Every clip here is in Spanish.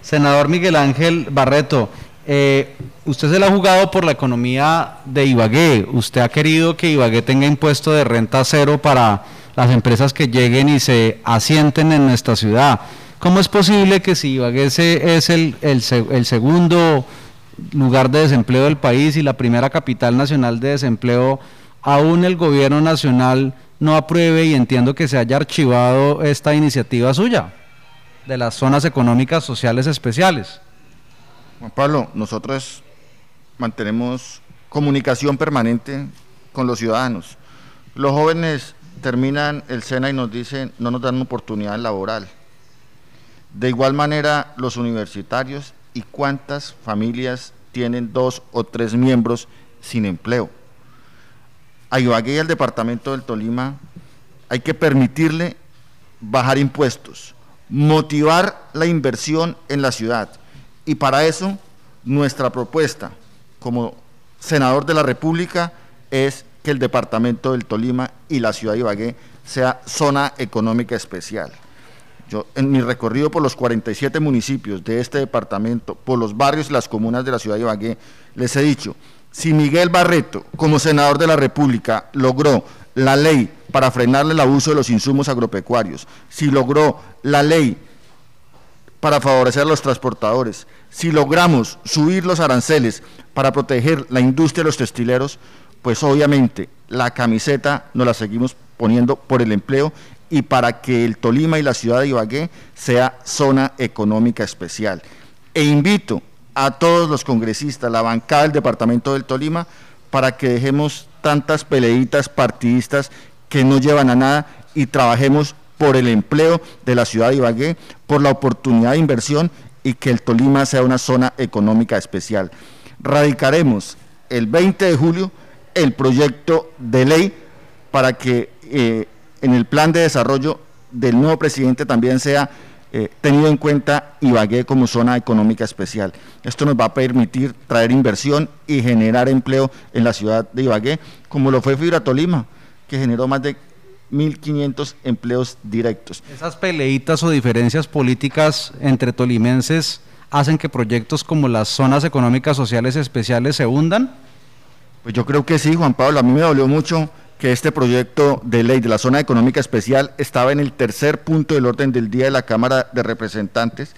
Senador Miguel Ángel Barreto, usted se la ha jugado por la economía de Ibagué. Usted ha querido que Ibagué tenga impuesto de renta cero para las empresas que lleguen y se asienten en nuestra ciudad. ¿Cómo es posible que si Ibagué es el segundo lugar de desempleo del país y la primera capital nacional de desempleo, aún el gobierno nacional no apruebe, y entiendo que se haya archivado esta iniciativa suya de las zonas económicas sociales especiales? Juan Pablo, nosotros mantenemos comunicación permanente con los ciudadanos. Los jóvenes terminan el SENA y nos dicen, no nos dan una oportunidad laboral. De igual manera, los universitarios, y cuántas familias tienen 2 o 3 miembros sin empleo. A Ibagué y al departamento del Tolima hay que permitirle bajar impuestos, motivar la inversión en la ciudad, y para eso nuestra propuesta como senador de la República es que el departamento del Tolima y la ciudad de Ibagué sea zona económica especial. Yo, en mi recorrido por los 47 municipios de este departamento, por los barrios y las comunas de la ciudad de Ibagué, les he dicho, si Miguel Barreto, como senador de la República, logró la ley para frenarle el abuso de los insumos agropecuarios, si logró la ley para favorecer a los transportadores, si logramos subir los aranceles para proteger la industria de los textileros, pues obviamente la camiseta nos la seguimos poniendo por el empleo y para que el Tolima y la ciudad de Ibagué sea zona económica especial. E invito a todos los congresistas, la bancada del departamento del Tolima, para que dejemos tantas peleitas partidistas que no llevan a nada y trabajemos por el empleo de la ciudad de Ibagué, por la oportunidad de inversión y que el Tolima sea una zona económica especial. Radicaremos el 20 de julio el proyecto de ley para que en el plan de desarrollo del nuevo presidente también sea tenido en cuenta Ibagué como zona económica especial. Esto nos va a permitir traer inversión y generar empleo en la ciudad de Ibagué, como lo fue Fibra Tolima, que generó más de 1.500 empleos directos. ¿Esas peleitas o diferencias políticas entre tolimenses hacen que proyectos como las zonas económicas sociales especiales se hundan? Pues yo creo que sí, Juan Pablo. A mí me dolió mucho que este proyecto de ley de la zona económica especial estaba en el tercer punto del orden del día de la Cámara de Representantes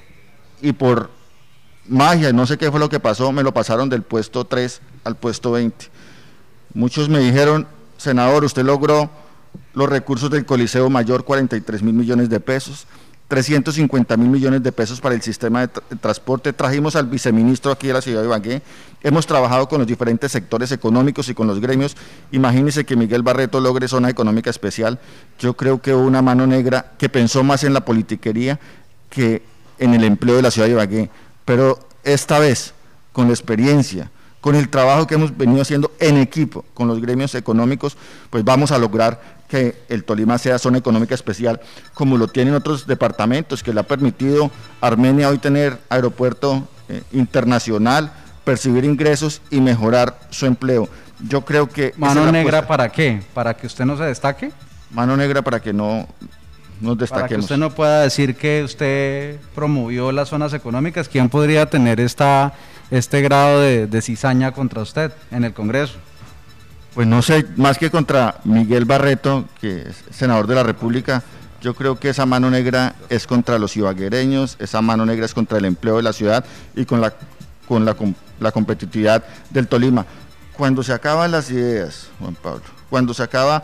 y por magia, no sé qué fue lo que pasó, me lo pasaron del puesto 3 al puesto 20. Muchos me dijeron, senador, usted logró los recursos del Coliseo Mayor, 43.000 millones de pesos, 350.000 millones de pesos para el sistema de transporte. Trajimos al viceministro aquí de la ciudad de Ibagué, hemos trabajado con los diferentes sectores económicos y con los gremios. Imagínense que Miguel Barreto logre zona económica especial. Yo creo que hubo una mano negra que pensó más en la politiquería que en el empleo de la ciudad de Ibagué, pero esta vez, con la experiencia, con el trabajo que hemos venido haciendo en equipo con los gremios económicos, pues vamos a lograr que el Tolima sea zona económica especial, como lo tienen otros departamentos, que le ha permitido a Armenia hoy tener aeropuerto internacional, percibir ingresos y mejorar su empleo. Yo creo que... ¿Mano negra para qué? ¿Para que usted no se destaque? Mano negra para que no nos destaquemos. Para que usted no pueda decir que usted promovió las zonas económicas. ¿Quién podría tener este grado de cizaña contra usted en el Congreso? Pues no sé, más que contra Miguel Barreto, que es senador de la República, yo creo que esa mano negra es contra los ibaguereños, esa mano negra es contra el empleo de la ciudad y con la competitividad del Tolima. Cuando se acaban las ideas, Juan Pablo, cuando se acaba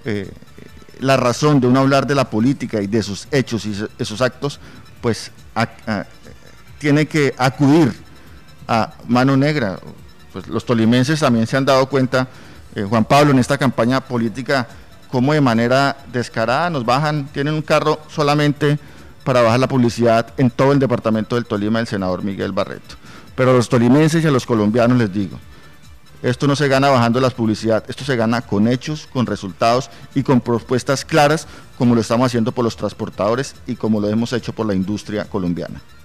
la razón de uno hablar de la política y de sus hechos y esos actos, pues tiene que acudir a mano negra. Pues los tolimenses también se han dado cuenta, Juan Pablo, en esta campaña política, cómo de manera descarada nos bajan, tienen un carro solamente para bajar la publicidad en todo el departamento del Tolima del senador Miguel Barreto. Pero a los tolimenses y a los colombianos les digo, esto no se gana bajando la publicidad, esto se gana con hechos, con resultados y con propuestas claras, como lo estamos haciendo por los transportadores y como lo hemos hecho por la industria colombiana.